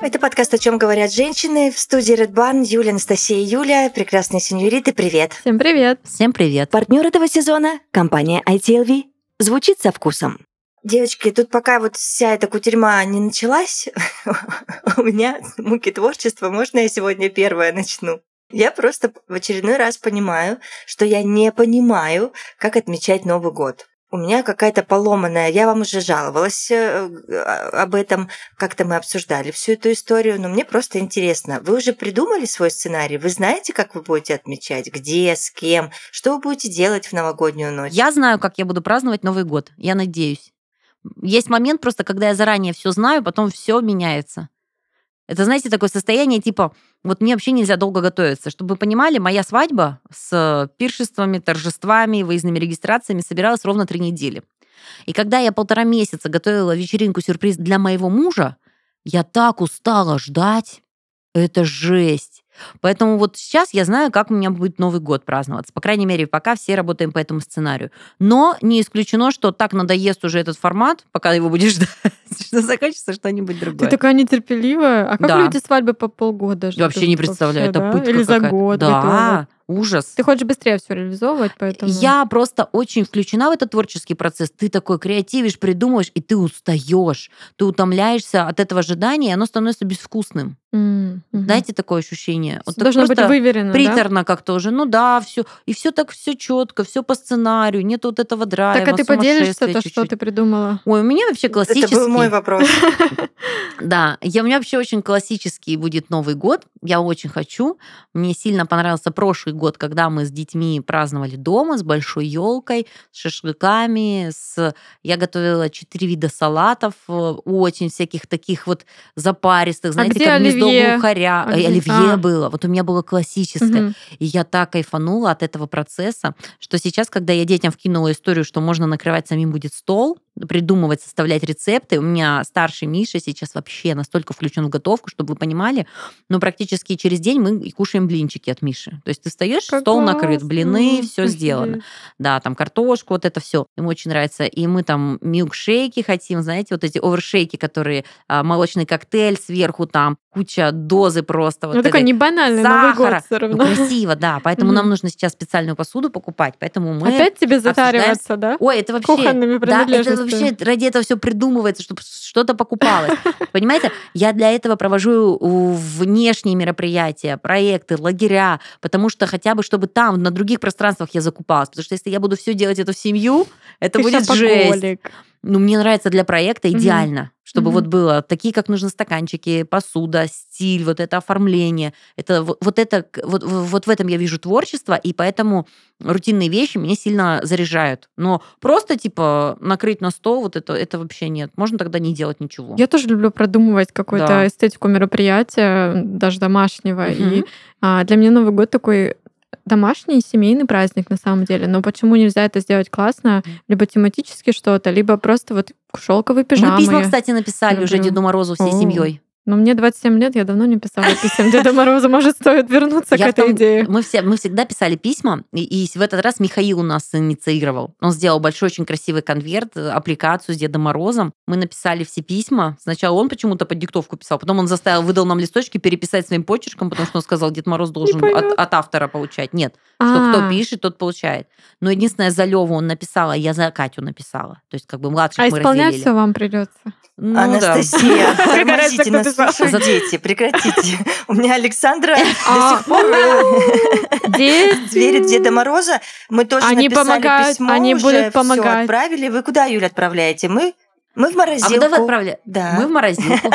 Это подкаст «О чем говорят женщины». В студии Red Barn Юля, Анастасия и Юля. Прекрасные сеньориты, привет. Всем привет. Всем привет. Партнер этого сезона – компания ITLV. Звучит со вкусом. Девочки, тут пока вот вся эта кутерьма не началась, у меня муки творчества, можно я сегодня первая начну? Я просто в очередной раз понимаю, что я не понимаю, как отмечать Новый год. У меня какая-то поломанная, я вам уже жаловалась об этом, как-то мы обсуждали всю эту историю, но мне просто интересно, вы уже придумали свой сценарий? Вы знаете, как вы будете отмечать? Где, с кем? Что вы будете делать в новогоднюю ночь? Я знаю, как я буду праздновать Новый год, я надеюсь. Есть момент просто, когда я заранее все знаю, потом все меняется. Это, знаете, такое состояние типа, вот мне вообще нельзя долго готовиться. Чтобы вы понимали, моя свадьба с пиршествами, торжествами, выездными регистрациями собиралась ровно 3 недели. И когда я 1,5 месяца готовила вечеринку-сюрприз для моего мужа, я так устала ждать. Это жесть. Поэтому вот сейчас я знаю, как у меня будет Новый год праздноваться. По крайней мере, пока все работаем по этому сценарию. Но не исключено, что так надоест уже этот формат, пока его будешь ждать, что закончится что-нибудь другое. Ты такая нетерпеливая. А как Да. люди свадьбы по полгода ждут? Я вообще не представляю, это да? пытка Или за какая-то. год. Да, ужас. Ты хочешь быстрее все реализовывать, поэтому... Я просто очень включена в этот творческий процесс. Ты такой креативишь, придумываешь, и ты устаешь. Ты утомляешься от этого ожидания, и оно становится безвкусным. Знаете, такое ощущение? Вот так Должно быть просто выверено, приторно как-то уже. Ну да, все. И все так все четко, все по сценарию, нет вот этого драйва. Так, а ты поделишься, сумасшествия то, что чуть-чуть. ты придумала? Ой, у меня вообще классический... Это был мой вопрос. Да, у меня вообще очень классический будет Новый год. Я очень хочу. Мне сильно понравился прошлый год, когда мы с детьми праздновали дома с большой елкой, с шашлыками. Я готовила 4 вида салатов, очень всяких таких вот запаристых, знаете, где как гнездо оливье? глухаря. А где? Оливье было. Вот у меня было классическое. Мгм. И я так кайфанула от этого процесса, что сейчас, когда я детям вкинула историю, что можно накрывать самим будет стол, придумывать, составлять рецепты, у меня старший Миша сейчас вообще настолько включен в готовку, чтобы вы понимали, но практически через день мы и кушаем блинчики от Миши. То есть ты встаешь, Как стол накрыт, классно. блины, все Офигеть. сделано. Да, там картошку, вот это все. Ему очень нравится. И мы там милкшейки хотим, знаете, вот эти овершейки, которые молочный коктейль сверху, там куча дозы просто. Вот Ну, такой этой не банальный Новый год сахара. все Ну, равно. красиво, да. Поэтому нам нужно сейчас специальную посуду покупать. Поэтому мы Опять тебе обсуждаем. затариваться, да? Ой, это вообще... Кухонными Да, это принадлежностями. вообще ради этого все придумывается, чтобы что-то покупалось. Понимаете, я для этого провожу внешние мероприятия, проекты, лагеря, потому что хотя бы, чтобы там, на других пространствах я закупалась. Потому что если я буду все делать это в семью, это Ты будет жесть. шопоголик. Ну, мне нравится для проекта идеально, чтобы Мгм. вот было такие, как нужны стаканчики, посуда, стиль, вот это оформление. Это вот в этом я вижу творчество, и поэтому рутинные вещи меня сильно заряжают. Но просто типа накрыть на стол, вот это вообще нет. Можно тогда не делать ничего. Я тоже люблю продумывать какую-то Да. эстетику мероприятия, даже домашнего. И Мгм. для меня Новый год такой домашний семейный праздник на самом деле. Но почему нельзя это сделать классно? Либо тематически что-то, либо просто вот шелковые пижамы. Мы письма, кстати, написали уже люблю. Деду Морозу всей О. семьей. Но мне 27 лет, я давно не писала писем Деда Мороза. Может, стоит вернуться к этой идее. Мы всегда писали письма, и в этот раз Михаил у нас инициировал. Он сделал большой, очень красивый конверт, аппликацию с Дедом Морозом. Мы написали все письма. Сначала он почему-то под диктовку писал, потом он выдал нам листочки переписать своим почерком, потому что он сказал, Дед Мороз должен поймёт. от автора получать. Нет, что кто пишет, тот получает. Но единственное, за Леву он написал, а я за Катю написала. То есть как бы младших мы исполнять разделили. все вам придется. Ну да. Анастасия, Какая разница, тормозите нас, кто писал? дети, прекратите. У меня Александра до А, сих пор Дети. верит в Деда Мороза. Мы тоже Они написали помогают, письмо, они уже будут всё помогать. отправили. Вы куда, Юля, отправляете? Мы в морозилку. А куда вы отправили? Да. Мы в морозилку.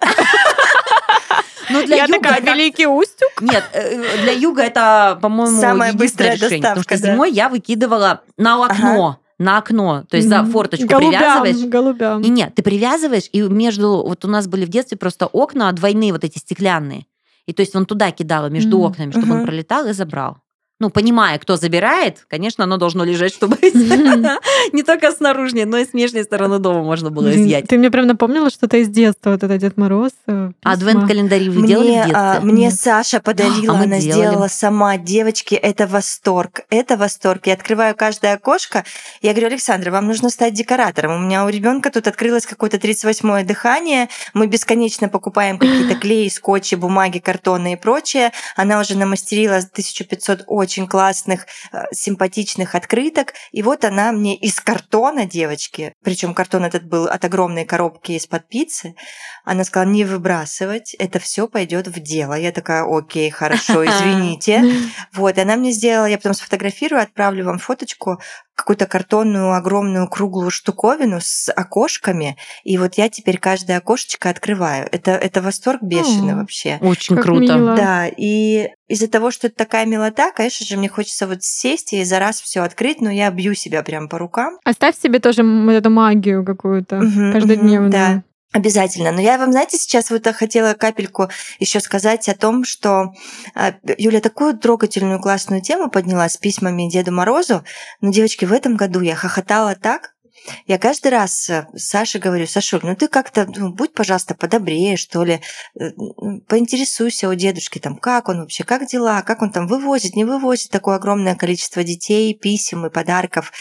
Ну, для Я юга такая, это- Великий Устюг. Нет, для юга это, по-моему, Самая единственное быстрая решение. Потому доставка, что да. зимой я выкидывала на окно. На окно. То есть за форточку привязываешь. Голубям. И нет, ты привязываешь, и между... Вот у нас были в детстве просто окна двойные, вот эти стеклянные. И то есть он туда кидала, между окнами, чтобы он пролетал и забрал. понимая, кто забирает, конечно, оно должно лежать, чтобы не только с наружной, но и с внешней стороны дома можно было изъять. Ты мне прям напомнила что-то из детства, вот это Дед Мороз. Адвент-календари вы делали в детстве? Мне Саша подарила, она сделала сама. Девочки, это восторг. Это восторг. Я открываю каждое окошко. Я говорю: Александра, вам нужно стать декоратором. У меня у ребенка тут открылось какое-то 38-е дыхание. Мы бесконечно покупаем какие-то клеи, скотчи, бумаги, картоны и прочее. Она уже намастерила 1500 очень классных, симпатичных открыток. И вот она мне из картона, девочки, причем картон этот был от огромной коробки из-под пиццы, она сказала: не выбрасывать, это все пойдет в дело. Я такая: окей, хорошо, извините. Вот, и она мне сделала, я потом сфотографирую, отправлю вам фоточку, какую-то картонную огромную круглую штуковину с окошками, и вот я теперь каждое окошечко открываю. Это восторг бешеный вообще. Очень как круто. мило. Да, и из-за того, что это такая милота, конечно же, мне хочется вот сесть и за раз все открыть, но я бью себя прям по рукам. Оставь себе тоже эту магию какую-то каждодневную. Да. Обязательно. Но я вам, знаете, сейчас вот хотела капельку еще сказать о том, что Юля такую трогательную, классную тему подняла с письмами Деду Морозу. Но, девочки, в этом году я хохотала так. Я каждый раз Саше говорю: Сашуль, ты как-то будь, пожалуйста, подобрее, что ли, поинтересуйся у дедушки, там, как он вообще, как дела, как он там вывозит, не вывозит такое огромное количество детей, писем и подарков.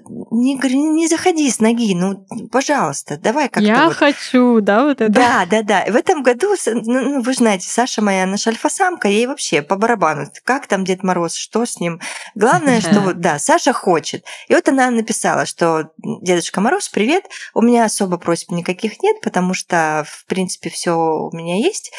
Не заходи с ноги, пожалуйста, давай как-то. Я хочу, да, вот это? Да. В этом году, вы знаете, Саша моя, наша альфа-самка, ей вообще по барабану, как там Дед Мороз, что с ним. Главное, что, Саша хочет. И вот она написала, что: Дедушка Мороз, привет. У меня особо просьб никаких нет, потому что, в принципе, все у меня есть.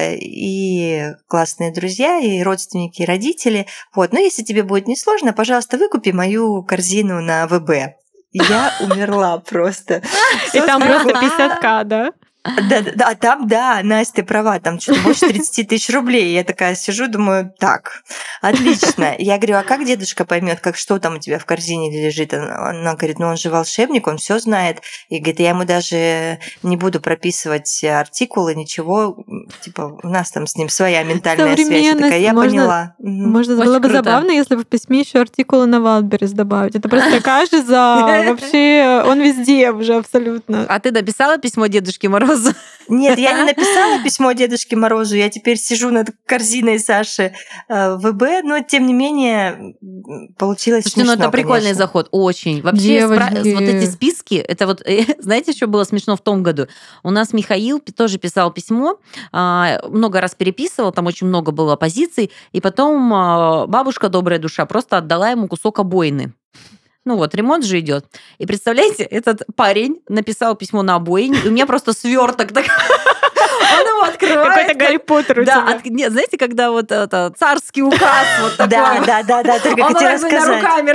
И классные друзья, и родственники, и родители. Вот. Но если тебе будет несложно, пожалуйста, выкупи мою корзину на ВБ. Я умерла просто. И там просто 50К, да? Да, там, Настя права, там что-то больше 30 тысяч рублей. Я такая сижу, думаю: так, отлично. Я говорю: а как дедушка поймет, что там у тебя в корзине лежит? Она говорит: он же волшебник, он все знает. И говорит: я ему даже не буду прописывать артикулы, ничего. Типа, у нас там с ним своя ментальная связь. Я такая: я поняла. Можно было бы забавно, если бы в письме еще артикулы на Wildberries добавить. Это просто каждый вообще, он везде уже абсолютно. А ты написала письмо Дедушке Морозу? Нет, я не написала письмо Дедушке Морозу, я теперь сижу над корзиной Саши ВБ, но тем не менее получилось смешно, это прикольный конечно. Заход, очень. Вообще, вот эти списки, это вот, знаете, что было смешно в том году? У нас Михаил тоже писал письмо, много раз переписывал, там очень много было позиций, и потом бабушка, добрая душа, просто отдала ему кусок обоины. Ремонт же идет. И представляете, этот парень написал письмо на обоине, и у меня просто сверток такой. Он его открывает. Какой-то Гарри Поттер у тебя. Нет, знаете, когда вот это царский указ вот такой. Да, только он хотела сказать. руками.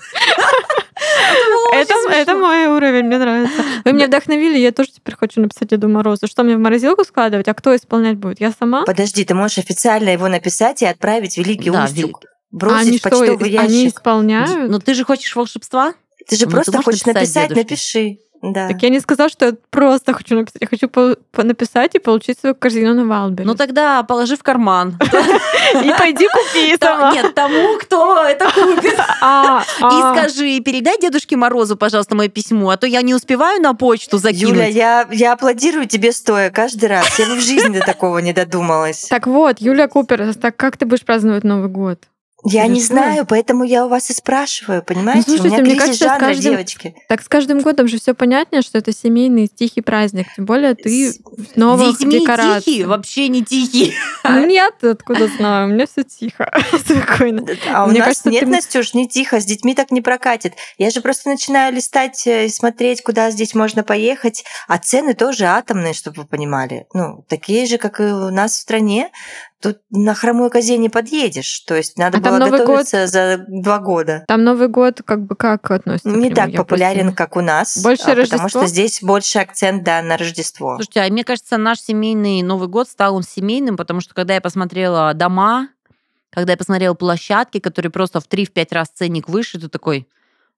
Это мой уровень, мне нравится. Вы меня вдохновили, я тоже теперь хочу написать Деду Морозу. Что, мне в морозилку складывать? А кто исполнять будет? Я сама? Подожди, ты можешь официально его написать и отправить в Великий Устюг. Бросить в почтовый ящик. Они исполняют? Но ты же хочешь волшебства? Ты же просто хочешь написать, напиши. Да. Так я не сказала, что я просто хочу написать. Я хочу написать и получить свою корзину на Wildberries. Тогда положи в карман. И пойди купи сама. Нет, тому, кто это купит. И скажи, передай Дедушке Морозу, пожалуйста, мое письмо, а то я не успеваю на почту закинуть. Юля, я аплодирую тебе стоя каждый раз. Я бы в жизни до такого не додумалась. Так вот, Юля Купер, так как ты будешь праздновать Новый год? Я не знаю, поэтому я у вас и спрашиваю, понимаете? Слушайте, у меня мне кризис кажется, жанра, девочки. Так с каждым годом же все понятнее, что это семейный тихий праздник. Тем более ты снова в декорации. Тихий, вообще не тихий. Нет, откуда знаю, у меня все тихо, спокойно. А у нас нет, Настюш, не тихо, с детьми так не прокатит. Я же просто начинаю листать и смотреть, куда здесь можно поехать, а цены тоже атомные, чтобы вы понимали. Такие же, как и у нас в стране. Тут на хромой козе не подъедешь. То есть надо было готовиться за 2 года. Там Новый год как относится к нему? Не так популярен, как у нас. Больше Рождество? Потому что здесь больше акцент, на Рождество. Слушайте, мне кажется, наш семейный Новый год стал он семейным, потому что когда я посмотрела дома, когда я посмотрела площадки, которые просто в 3-5 раз ценник выше, ты такой: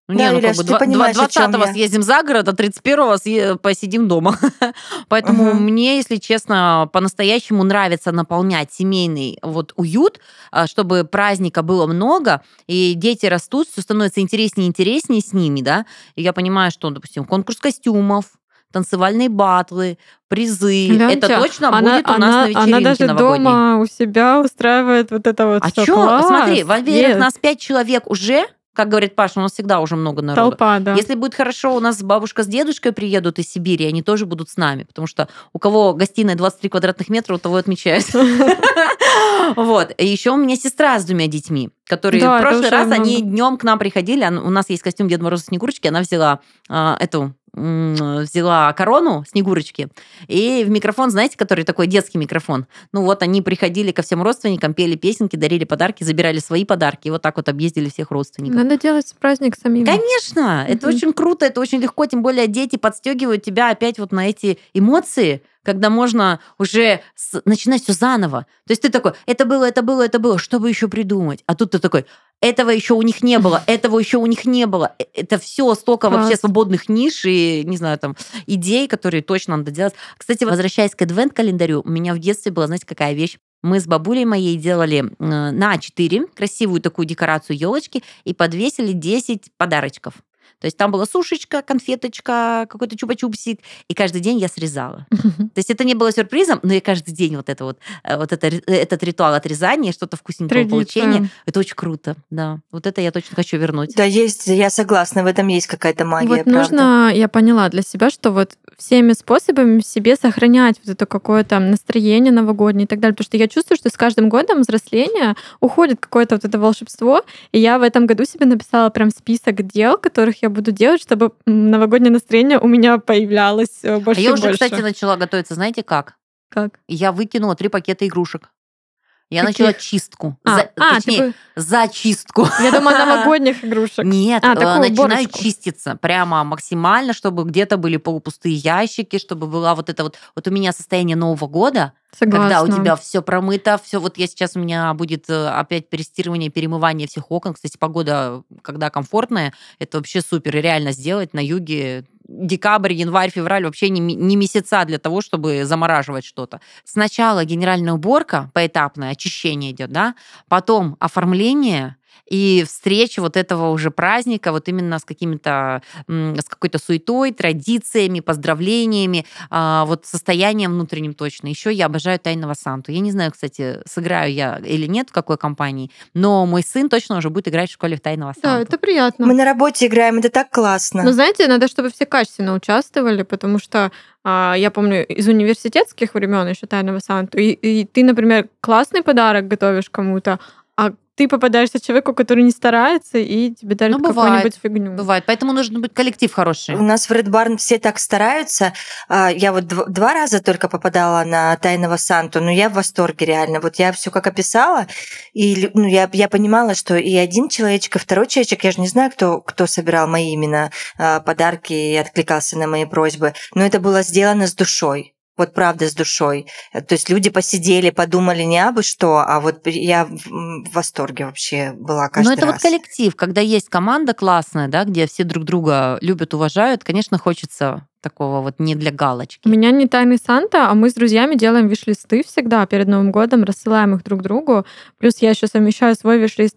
Ну, Да, не, ну Юля, как бы ты понимаешь, о чем 20-го я. съездим за город, а 31-го посидим дома. Поэтому Мгм. мне, если честно, по-настоящему нравится наполнять семейный вот уют, чтобы праздника было много, и дети растут, все становится интереснее и интереснее с ними, да. И я понимаю, что, допустим, конкурс костюмов, танцевальные батлы, призы. Это Гляньте, точно она, будет у нас на она, она вечеринке даже новогодней. дома у себя устраивает вот это вот А все. чё? Класс! Смотри, во-первых, Yes. нас 5 человек уже, как говорит Паша, у нас всегда уже много народу. Толпа, да. Если будет хорошо, у нас бабушка с дедушкой приедут из Сибири, они тоже будут с нами, потому что у кого гостиная 23 квадратных метра, у того и отмечают. Вот. И еще у меня сестра с 2 детьми, которые в Да, это прошлый уже раз они много. днем к нам приходили. У нас есть костюм Деда Мороза Снегурочки, она взяла взяла корону Снегурочки, и в микрофон, знаете, который такой детский микрофон. Ну вот они приходили ко всем родственникам, пели песенки, дарили подарки, забирали свои подарки, и вот так вот объездили всех родственников. Надо делать праздник самим. Конечно, это очень круто, это очень легко, тем более дети подстегивают тебя опять вот на эти эмоции, когда можно уже начинать все заново. То есть ты такой, это было, что бы еще придумать? А тут ты такой, этого еще у них не было, этого еще у них не было. Это все столько вообще Класс. свободных ниш и, не знаю, там, идей, которые точно надо делать. Кстати, возвращаясь к адвент-календарю, у меня в детстве была, знаете, какая вещь? Мы с бабулей моей делали на А4 красивую такую декорацию елочки и подвесили 10 подарочков. То есть там была сушечка, конфеточка, какой-то чупа-чупсик, и каждый день я срезала. То есть это не было сюрпризом, но я каждый день этот ритуал отрезания, что-то вкусненького получения, Традиция. это очень круто, да. Вот это я точно хочу вернуть. Да, есть, я согласна, в этом есть какая-то магия, Вот правда. нужно, я поняла для себя, что вот всеми способами в себе сохранять вот это какое-то настроение новогоднее и так далее. Потому что я чувствую, что с каждым годом взросления уходит какое-то вот это волшебство. И я в этом году себе написала прям список дел, которых я буду делать, чтобы новогоднее настроение у меня появлялось больше А и я уже, больше. кстати, начала готовиться, знаете как? Как? Я выкинула 3 пакета игрушек. Я начала Каких? чистку. Точнее, Точнее, зачистку. я думаю, новогодних игрушек. Нет, такую начинаю уборочку. чиститься прямо максимально, чтобы где-то были полупустые ящики, чтобы была вот это вот... Вот у меня состояние Нового года, когда у Согласна. тебя все промыто, все. Вот я сейчас, у меня будет опять перестирывание, перемывание всех окон. Кстати, погода, когда комфортная, это вообще супер. И реально сделать на юге декабрь, январь, февраль вообще не месяца для того, чтобы замораживать что-то. Сначала генеральная уборка поэтапная, очищение идет, да, потом оформление и встреча вот этого уже праздника вот именно с какими-то, с какой-то суетой, традициями, поздравлениями, вот состоянием внутренним точно. Еще я обожаю «Тайного Санту». Я не знаю, кстати, сыграю я или нет в какой компании, но мой сын точно уже будет играть в школе в «Тайного Санту». Да, это приятно. Мы на работе играем, это так классно. Но знаете, надо, чтобы все качественно участвовали, потому что я помню из университетских времен еще «Тайного Санту», и ты, например, классный подарок готовишь кому-то, а ты попадаешься человеку, который не старается, и тебе дарит Ну, какую-нибудь фигню. Бывает. Поэтому нужно быть коллектив хороший. У нас в Red Barn все так стараются. Я вот 2 раза только попадала на «Тайного Санту», но я в восторге реально. Вот я все как описала, и я понимала, что и один человечек, и второй человечек, я же не знаю, кто собирал мои именно подарки и откликался на мои просьбы, но это было сделано с душой. Вот правда, с душой. То есть люди посидели, подумали не абы что, а вот я в восторге вообще была каждый Но это раз. вот коллектив, когда есть команда классная, да, где все друг друга любят, уважают, конечно, хочется такого вот не для галочки. У меня не «Тайный Санта», а мы с друзьями делаем виш-листы всегда перед Новым годом, рассылаем их друг другу. Плюс я еще совмещаю свой виш-лист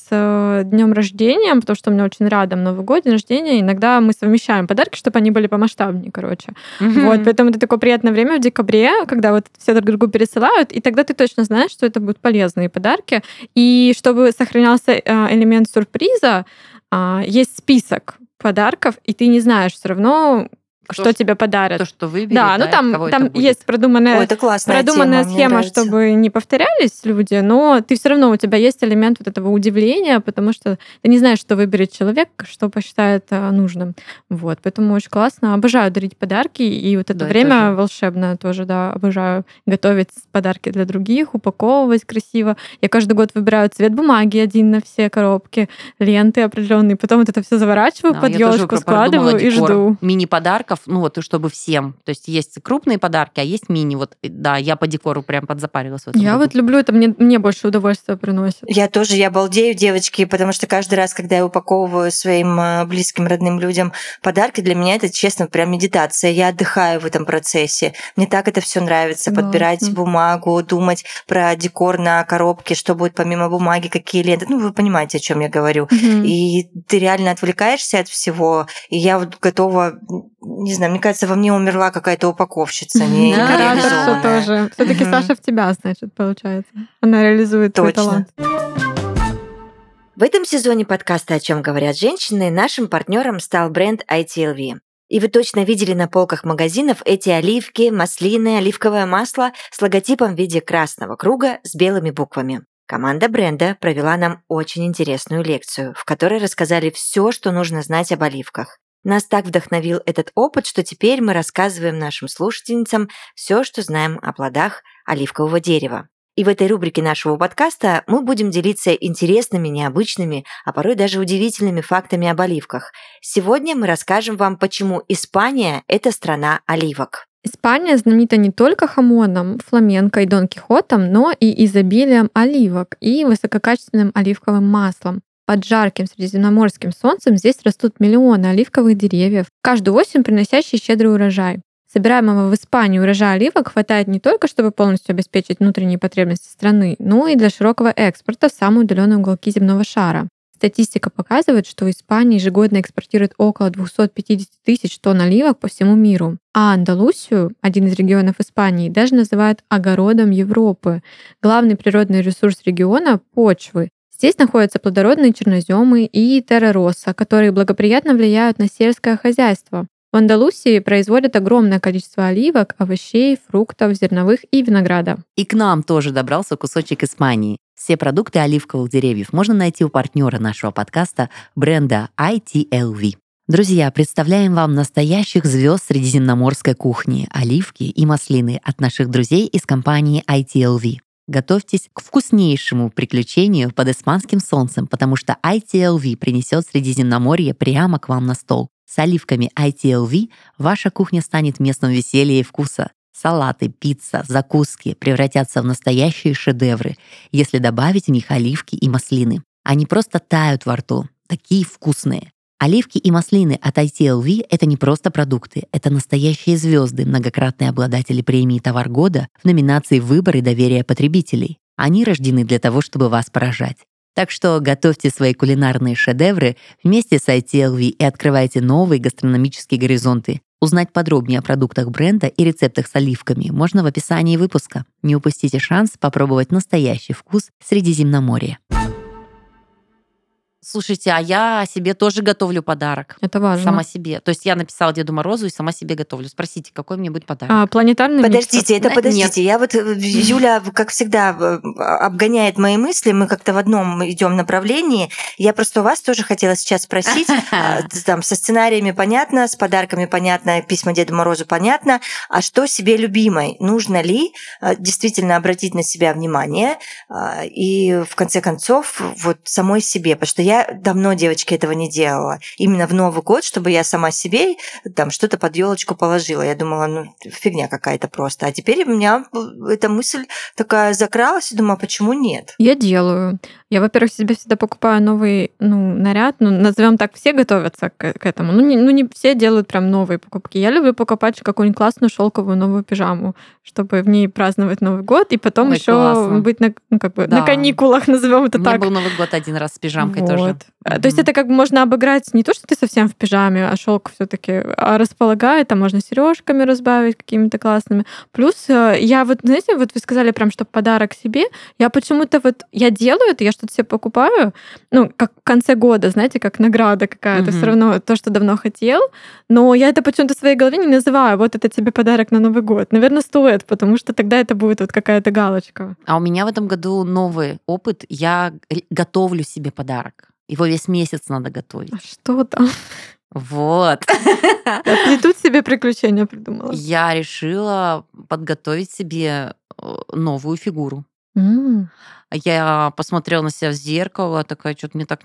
с днем рождения, потому что у меня очень рядом Новый год, день рождения. Иногда мы совмещаем подарки, чтобы они были помасштабнее, короче. Вот, поэтому это такое приятное время в декабре, когда вот все друг другу пересылают, и тогда ты точно знаешь, что это будут полезные подарки. И чтобы сохранялся элемент сюрприза, есть список подарков, и ты не знаешь все равно, что тебе подарят. То, что выберет, Да, ну кого там это будет. есть продуманная Ой, это классная тема, мне схема, нравится. чтобы не повторялись люди, но ты все равно, у тебя есть элемент вот этого удивления, потому что ты не знаешь, что выберет человек, что посчитает нужным. Вот, поэтому очень классно. Обожаю дарить подарки, и вот это Да, я время тоже. волшебное тоже, да, обожаю готовить подарки для других, упаковывать красиво. Я каждый год выбираю цвет бумаги один на все коробки, ленты определенные, потом вот это все заворачиваю Да, под я тоже елочку, продумала складываю и декор жду. мини-подарков. подарков, ну вот, и чтобы всем. То есть есть крупные подарки, а есть мини. Вот, да, я по декору прям подзапарилась в этом Я году. вот люблю это, мне больше удовольствия приносит. Я тоже, я балдею, девочки, потому что каждый раз, когда я упаковываю своим близким, родным людям подарки, для меня это, честно, прям медитация. Я отдыхаю в этом процессе. Мне так это все нравится. Согласна. Подбирать бумагу, думать про декор на коробке, что будет помимо бумаги, какие ленты. Ну, вы понимаете, о чем я говорю. И ты реально отвлекаешься от всего. И я вот готова, не знаю, мне кажется, во мне умерла какая-то упаковщица, не Кураторша реализованная. тоже. Все-таки Саша в тебя, значит, получается. Она реализует свой Точно. талант. В этом сезоне подкаста «О чем говорят женщины» нашим партнером стал бренд ITLV. И вы точно видели на полках магазинов эти оливки, маслины, оливковое масло с логотипом в виде красного круга с белыми буквами. Команда бренда провела нам очень интересную лекцию, в которой рассказали все, что нужно знать об оливках. Нас так вдохновил этот опыт, что теперь мы рассказываем нашим слушательницам все, что знаем о плодах оливкового дерева. И в этой рубрике нашего подкаста мы будем делиться интересными, необычными, а порой даже удивительными фактами об оливках. Сегодня мы расскажем вам, почему Испания – это страна оливок. Испания знаменита не только хамоном, фламенко и Дон Кихотом, но и изобилием оливок и высококачественным оливковым маслом. Под жарким средиземноморским солнцем здесь растут миллионы оливковых деревьев, каждую осень приносящие щедрый урожай. Собираемого в Испании урожая оливок хватает не только, чтобы полностью обеспечить внутренние потребности страны, но и для широкого экспорта в самые удаленные уголки земного шара. Статистика показывает, что Испания ежегодно экспортирует около 250 тысяч тонн оливок по всему миру. А Андалусию, один из регионов Испании, даже называют огородом Европы. Главный природный ресурс региона — почвы. Здесь находятся плодородные черноземы и терра-росса, которые благоприятно влияют на сельское хозяйство. В Андалусии производят огромное количество оливок, овощей, фруктов, зерновых и винограда. И к нам тоже добрался кусочек Испании. Все продукты оливковых деревьев можно найти у партнера нашего подкаста бренда ITLV. Друзья, представляем вам настоящих звезд средиземноморской кухни — оливки и маслины от наших друзей из компании ITLV. Готовьтесь к вкуснейшему приключению под испанским солнцем, потому что ITLV принесет Средиземноморье прямо к вам на стол. С оливками ITLV ваша кухня станет местом веселья и вкуса. Салаты, пицца, закуски превратятся в настоящие шедевры, если добавить в них оливки и маслины. Они просто тают во рту, такие вкусные. Оливки и маслины от ITLV — это не просто продукты, это настоящие звезды, многократные обладатели премии «Товар года» в номинации «Выбор и доверие потребителей». Они рождены для того, чтобы вас поражать. Так что готовьте свои кулинарные шедевры вместе с ITLV и открывайте новые гастрономические горизонты. Узнать подробнее о продуктах бренда и рецептах с оливками можно в описании выпуска. Не упустите шанс попробовать настоящий вкус Средиземноморья. Слушайте, а я себе тоже готовлю подарок. Это важно. Сама себе. То есть я написала Деду Морозу и сама себе готовлю. Спросите, какой мне будет подарок? Планетарный Подождите, миксер. подождите. Я вот, Юля, как всегда, обгоняет мои мысли. Мы как-то в одном идем направлении. Я просто у вас тоже хотела сейчас спросить. Там со сценариями понятно, с подарками понятно, письма Деду Морозу понятно. А что себе любимой? Нужно ли действительно обратить на себя внимание и, в конце концов, вот самой себе? Потому что я давно, девочки, этого не делала. Именно в Новый год, чтобы я сама себе там что-то под елочку положила. Я думала, фигня какая-то просто. А теперь у меня эта мысль такая закралась, и думаю, а почему нет? Я делаю. Я, во-первых, себе всегда покупаю новый наряд. Назовем так, все готовятся к этому. Не все делают прям новые покупки. Я люблю покупать какую-нибудь классную шелковую новую пижаму, чтобы в ней праздновать Новый год и потом еще быть на каникулах, назовем это так. У меня был Новый год один раз с пижамкой тоже. То есть это как бы можно обыграть не то, что ты совсем в пижаме, а шелк все-таки располагает, там можно сережками разбавить какими-то классными. Плюс я знаете, вы сказали прям, что подарок себе. Я почему-то я делаю это, я что-то себе покупаю, как в конце года, знаете, как награда какая-то, все равно то, что давно хотел, но я это почему-то в своей голове не называю. Вот это тебе подарок на Новый год. Наверное, стоит, потому что тогда это будет вот какая-то галочка. А у меня в этом году новый опыт. Я готовлю себе подарок. Его весь месяц надо готовить. А что там? Вот. И тут себе приключения придумала. Я решила подготовить себе новую фигуру. Я посмотрела на себя в зеркало, такая, что-то мне так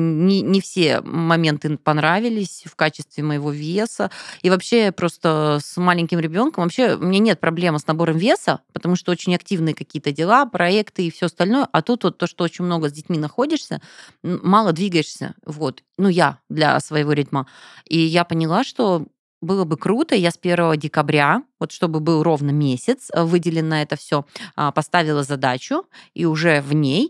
не все моменты понравились в качестве моего веса. И вообще просто с маленьким ребенком вообще у меня нет проблем с набором веса, потому что очень активные какие-то дела, проекты и все остальное. А тут вот то, что очень много с детьми находишься, мало двигаешься. Вот. Ну, я для своего ритма. И я поняла, что было бы круто, я с 1 декабря, вот чтобы был ровно месяц выделен на это все, поставила задачу, и уже в ней,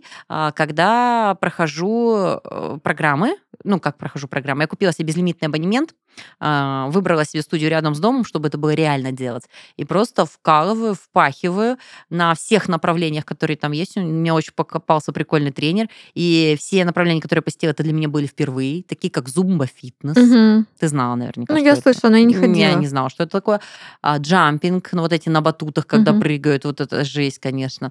когда прохожу программы, ну, как прохожу программы, я купила себе безлимитный абонемент, выбрала себе студию рядом с домом, чтобы это было реально делать, и просто вкалываю, впахиваю на всех направлениях, которые там есть. У меня очень покопался прикольный тренер, и все направления, которые я посетила, это для меня были впервые, такие как зумба-фитнес. Ты знала наверняка, Ну, что я это. слышала, но я не ходила. Я не знала, что это такое. Джампинг, ну, вот эти на батутах, когда прыгают, вот это жесть, конечно.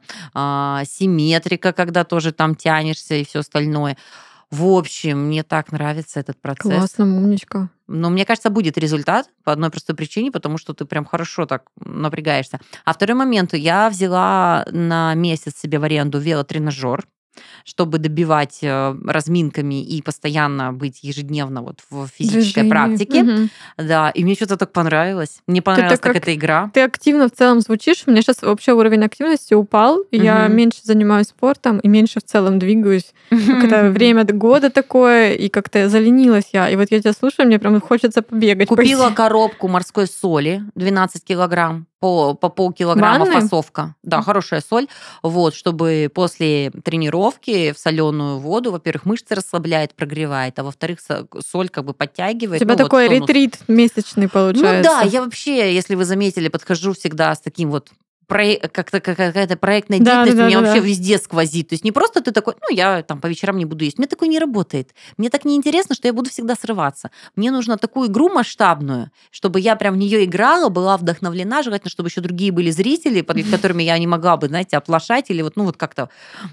Симметрика, когда тоже там тянешься и все остальное. В общем, мне так нравится этот процесс. Классно, умничка. Но мне кажется, будет результат по одной простой причине, потому что ты прям хорошо так напрягаешься. А второй момент, я взяла на месяц себе в аренду велотренажер, чтобы добивать разминками и постоянно быть ежедневно вот в физической Движение. практике. Да, и мне что-то так понравилось. Мне понравилась так эта игра. Ты активно в целом звучишь. У меня сейчас вообще уровень активности упал. И я меньше занимаюсь спортом и меньше в целом двигаюсь. Как-то время года такое, и как-то заленилась я. И вот я тебя слушаю, мне прям хочется побегать. Купила коробку морской соли 12 килограмм. По полкилограмма фасовка. Да, хорошая соль. Вот, чтобы после тренировки в соленую воду, во-первых, мышцы расслабляет, прогревает, а во-вторых, соль как бы подтягивает. У тебя такой ретрит месячный получается. Ну да, я вообще, если вы заметили, подхожу всегда с таким вот как-то какая-то проектная деятельность меня вообще везде сквозит. То есть не просто ты такой, ну, я там по вечерам не буду есть. Мне такое не работает. Мне так неинтересно, что я буду всегда срываться. Мне нужно такую игру масштабную, чтобы я прям в нее играла, была вдохновлена, желательно, чтобы еще другие были зрители, под которыми я не могла бы, знаете, оплошать или вот, ну, вот как-то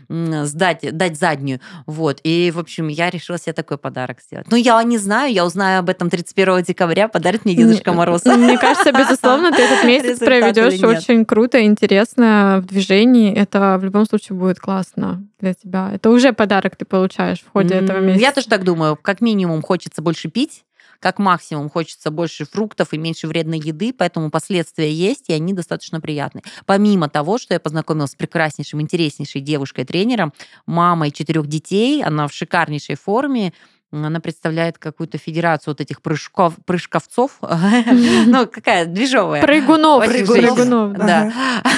дать заднюю. Вот. И, в общем, я решила себе такой подарок сделать. Ну, я не знаю, я узнаю об этом 31 декабря, подарит мне Дедушка Мороз. Мне кажется, безусловно, ты этот месяц проведешь очень круто, интересно в движении. Это в любом случае будет классно для тебя. Это уже подарок ты получаешь в ходе этого месяца. Я тоже так думаю. Как минимум хочется больше пить, как максимум хочется больше фруктов и меньше вредной еды, поэтому последствия есть, и они достаточно приятные. Помимо того, что я познакомилась с прекраснейшим, интереснейшей девушкой-тренером, мамой 4 детей, она в шикарнейшей форме, она представляет какую-то федерацию вот этих прыжковцов. Ну, какая движовая. Прыгунов. Да.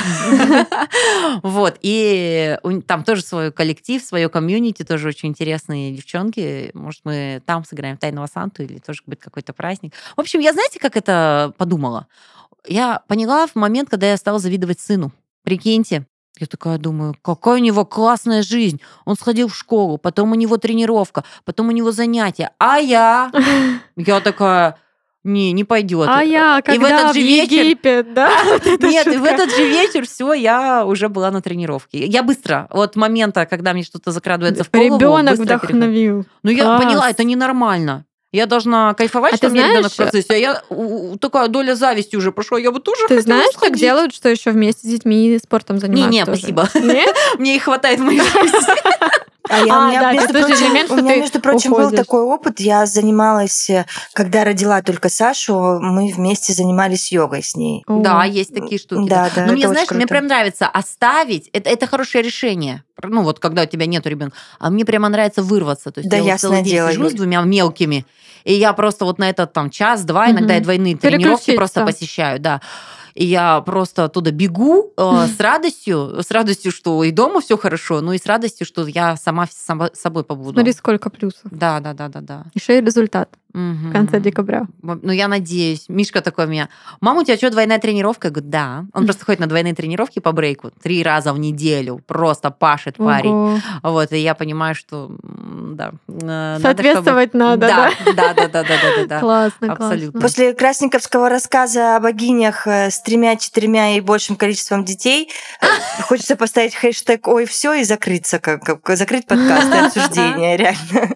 Вот. И там тоже свой коллектив, свое комьюнити, тоже очень интересные девчонки. Может, мы там сыграем в Тайного Санту или тоже будет какой-то праздник. В общем, я, знаете, как это подумала? Я поняла в момент, когда я стала завидовать сыну. Прикиньте. Я такая думаю, какая у него классная жизнь. Он сходил в школу, потом у него тренировка, потом у него занятия. А я такая, не пойдет. А я когда и в этот же Египет, да? Нет, и в этот же вечер все, я уже была на тренировке. Я быстро, от момента, когда мне что-то закрадывается в голову, ребенок вдохновил. Ну, я поняла, это ненормально. Я должна кайфовать, что у меня ребенок в процессе. А я такая доля зависти уже пошла. Я бы тоже хотела сходить. Ты знаешь, так делают, что еще вместе с детьми спортом занимаются? Не, спасибо. Мне и хватает в моей жизни. У меня, между прочим, был такой опыт. Я занималась, когда родила только Сашу, мы вместе занимались йогой с ней. Да, есть такие штуки. Да. Но мне, знаешь, мне прям нравится оставить. Это хорошее решение. Ну, вот когда у тебя нет ребенка. А мне прямо нравится вырваться. То есть да, я целый день сижу с 2 мелкими, и я просто вот на этот там час-два, иногда я двойные тренировки просто посещаю, да. И я просто оттуда бегу с радостью, что и дома все хорошо, но и с радостью, что я сама с собой побуду. Смотри, сколько плюсов. Да. Еще и результат в конце декабря. Ну, я надеюсь. Мишка такой у меня, мама, у тебя что, двойная тренировка? Я говорю, да. Он просто ходит на двойные тренировки по брейку 3 раза в неделю. Просто пашет парень. Вот, и я понимаю, что, да. Соответствовать надо, да? Да. Классно, абсолютно. После Красниковского рассказа о богинях с 3, 4 и большим количеством детей хочется поставить хэштег «Ой, все» и закрыться, закрыть подкаст и обсуждение, реально.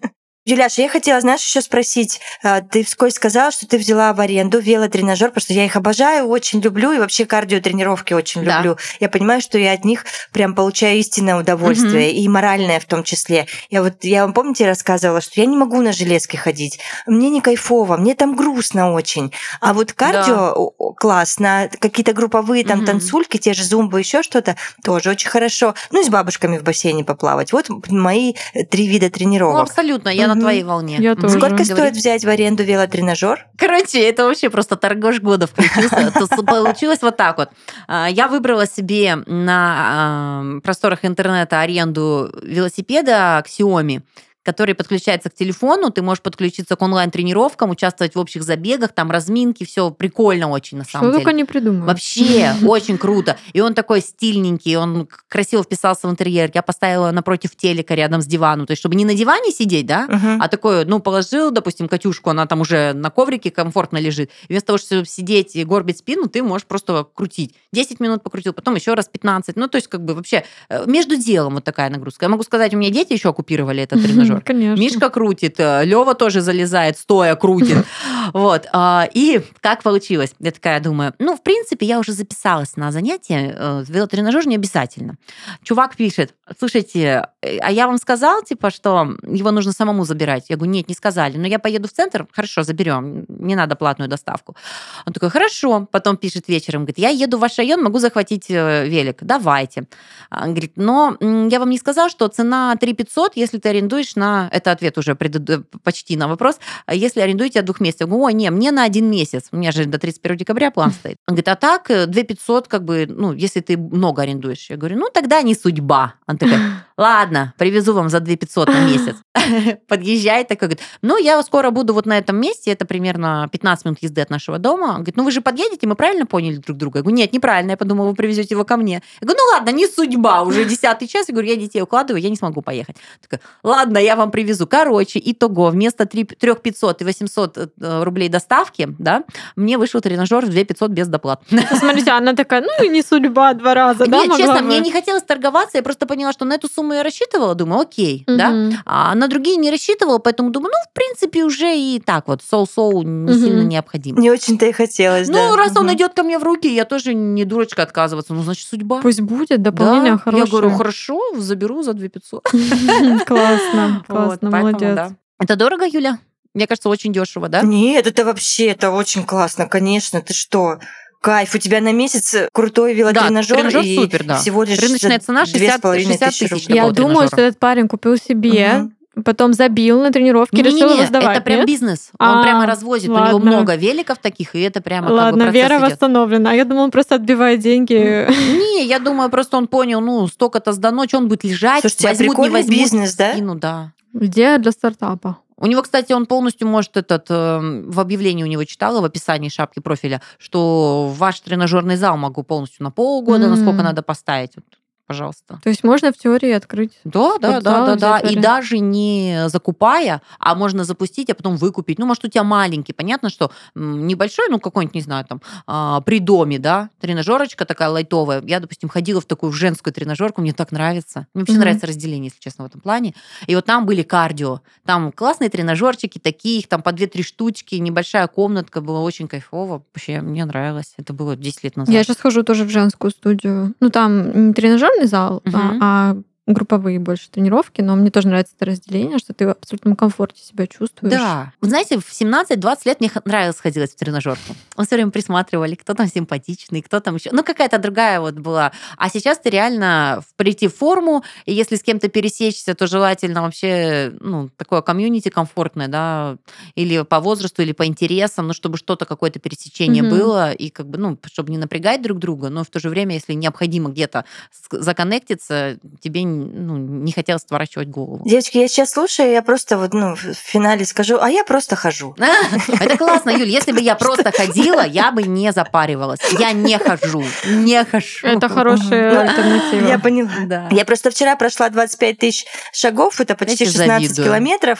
Юляша, я хотела, знаешь, еще спросить. Ты вскользь сказала, что ты взяла в аренду велотренажер, потому что я их обожаю, очень люблю, и вообще кардиотренировки очень люблю. Я понимаю, что я от них прям получаю истинное удовольствие, и моральное в том числе. Я вам, помните, рассказывала, что я не могу на железке ходить. Мне не кайфово, мне там грустно очень. А вот кардио классно, какие-то групповые там танцульки, те же зумбы, еще что-то, тоже очень хорошо. Ну, и с бабушками в бассейне поплавать. Вот мои 3 вида тренировок. Ну, абсолютно, я на твоей волне. Я тоже. Сколько стоит взять в аренду велотренажер? Короче, это вообще просто торгаш года включился. Получилось вот так вот. Я выбрала себе на просторах интернета аренду велосипеда Xiaomi, который подключается к телефону, ты можешь подключиться к онлайн-тренировкам, участвовать в общих забегах, там разминки, все прикольно очень на самом деле. Что только не придумаю. Вообще очень круто. И он такой стильненький, он красиво вписался в интерьер. Я поставила напротив телека рядом с диваном, то есть чтобы не на диване сидеть, да, а такой, положил, допустим, Катюшку, она там уже на коврике комфортно лежит. И вместо того, чтобы сидеть и горбить спину, ты можешь просто крутить. 10 минут покрутил, потом еще раз 15. То есть как бы вообще между делом вот такая нагрузка. Я могу сказать, у меня дети еще оккупировали этот тренажер. Конечно. Мишка крутит, Лёва тоже залезает, стоя крутит. Вот. И как получилось? Я такая думаю, в принципе, я уже записалась на занятие, велотренажер не обязательно. Чувак пишет, слушайте, а я вам сказал, что его нужно самому забирать? Я говорю, нет, не сказали, но я поеду в центр, хорошо, заберем, не надо платную доставку. Он такой, хорошо, потом пишет вечером, говорит, я еду в ваш район, могу захватить велик, давайте. Он говорит, но я вам не сказал, что цена 3 500, если ты арендуешь это ответ уже почти на вопрос, если арендуете от 2 месяцев. Я говорю, ой, не, мне на 1 месяц, у меня же до 31 декабря план стоит. Он говорит, а так 2 500, если ты много арендуешь. Я говорю, тогда не судьба. Он такой, ладно, привезу вам за 2 500 на месяц. Подъезжает такой, говорит, я скоро буду вот на этом месте, это примерно 15 минут езды от нашего дома. Он говорит, вы же подъедете, мы правильно поняли друг друга? Я говорю, нет, неправильно, я подумала, вы привезете его ко мне. Я говорю, ладно, не судьба, уже 10-й час. Я говорю, я детей укладываю, я не смогу поехать. Такая, ладно, я вам привезу. Короче, итого, вместо 3 500 и 800 рублей доставки, да, мне вышел тренажер в 2 500 без доплат. Смотрите, она такая, и не судьба 2 раза, да? Нет, честно, мне не хотелось торговаться, я просто поняла, что на эту сумму я рассчитывала, думаю, окей, да, а на другие не рассчитывала, поэтому думаю, в принципе, уже и так вот, соу-соу не сильно необходимо. Не очень-то и хотелось, да. Раз он идет ко мне в руки, я тоже не дурочка отказываться, значит, судьба. Пусть будет, дополнение хорошее. Я говорю, хорошо, заберу за 2 500. Классно, молодец. Это дорого, Юля? Мне кажется, очень дешево, да? Нет, это очень классно, конечно. Ты что? Кайф, у тебя на месяц крутой велотренажер, тренажер и супер, да. всего лишь рыночная цена 60 тысяч рублей. Я думаю, что этот парень купил себе, потом забил на тренировке, решил его сдавать. Это прям бизнес. Он прямо развозит. У него много великов таких, и это прямо Ладно, процесс вера идет. восстановлена. А я думала, он просто отбивает деньги. Не, я думаю, просто он понял, столько-то сдано, что он будет лежать, слушайте, возьмут, не возьмут. Бизнес, да? Да. Идея для стартапа. У него, кстати, он полностью может в объявлении у него читала, в описании шапки профиля, что ваш тренажерный зал могу полностью на полгода, насколько надо поставить. Пожалуйста. То есть можно в теории открыть? Да. И даже не закупая, а можно запустить, а потом выкупить. Может, у тебя маленький. Понятно, что небольшой, какой-нибудь, не знаю, там, при доме, да, тренажерочка такая лайтовая. Я, допустим, ходила в женскую тренажерку, мне так нравится. Мне вообще нравится разделение, если честно, в этом плане. И вот там были кардио. Там классные тренажерчики, таких, там по 2-3 штучки, небольшая комнатка, было очень кайфово. Вообще, мне нравилось. Это было 10 лет назад. Я сейчас хожу тоже в женскую студию. Там не тренажер зал, а групповые больше тренировки, но мне тоже нравится это разделение, что ты в абсолютном комфорте себя чувствуешь. Да. Вы знаете, в 17-20 лет мне нравилось ходить в тренажерку. Мы все время присматривали, кто там симпатичный, кто там еще. Какая-то другая была. А сейчас ты реально прийти в форму, и если с кем-то пересечься, то желательно вообще, такое комьюнити комфортное, да, или по возрасту, или по интересам, чтобы что-то, какое-то пересечение было, и чтобы не напрягать друг друга, но в то же время, если необходимо где-то законнектиться, тебе не хотелось сворачивать голову. Девочки, я сейчас слушаю, я просто в финале скажу, а я просто хожу. Это классно, Юль. Если бы я просто ходила, я бы не запаривалась. Я не хожу. Это хорошая альтернатива. Я поняла. Да. Я просто вчера прошла 25 тысяч шагов, это почти 16 километров,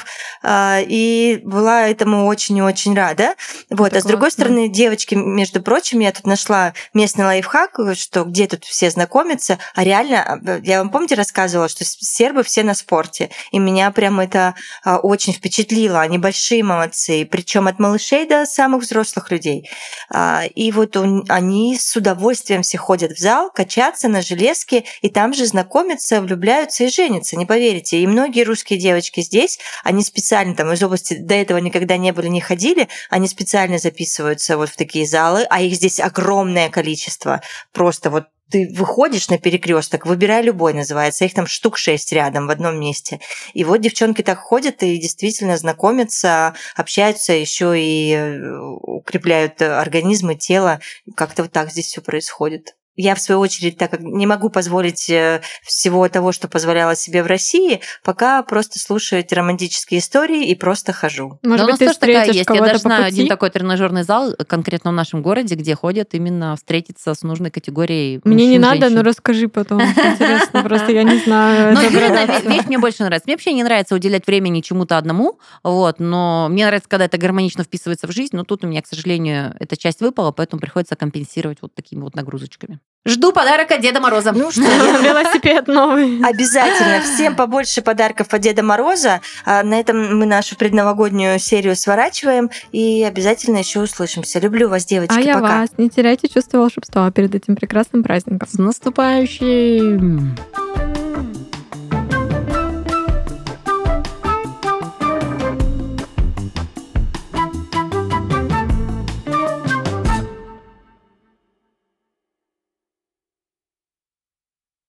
и была этому очень и очень рада. А с другой стороны, девочки, между прочим, я тут нашла местный лайфхак, что где тут все знакомятся, а реально, я вам, помните, рассказывала, рассказывала, что сербы все на спорте. И меня прям это очень впечатлило. Они большие молодцы, причем от малышей до самых взрослых людей. И вот они с удовольствием все ходят в зал, качаться на железке, и там же знакомятся, влюбляются и женятся, не поверите. И многие русские девочки здесь, они специально там из области до этого никогда не были, не ходили, они специально записываются вот в такие залы, а их здесь огромное количество. Просто вот ты выходишь на перекресток, выбирай любой, называется, их там штук 6 рядом в одном месте. И вот девчонки так ходят и действительно знакомятся, общаются, еще и укрепляют организм и тело. Как-то вот так здесь все происходит. Я, в свою очередь, так как не могу позволить всего того, что позволяла себе в России, пока просто слушаю эти романтические истории и просто хожу. Может у быть, нас ты тоже такая встретишь есть. Я кого-то даже по знаю пути? один такой тренажерный зал конкретно в нашем городе, где ходят именно встретиться с нужной категорией Мне не мужчин, надо, женщин. но расскажи потом. Интересно, просто я не знаю. Ну, этой именно градации. вещь мне больше нравится. Мне вообще не нравится уделять времени чему-то одному, вот, но мне нравится, когда это гармонично вписывается в жизнь, но тут у меня, к сожалению, эта часть выпала, поэтому приходится компенсировать вот такими вот нагрузочками. Жду подарок от Деда Мороза. Ну что, я Велосипед новый. обязательно всем побольше подарков от Деда Мороза. На этом мы нашу предновогоднюю серию сворачиваем и обязательно еще услышимся. Люблю вас, девочки. А я Пока. вас. Не теряйте чувство волшебства перед этим прекрасным праздником. С наступающим!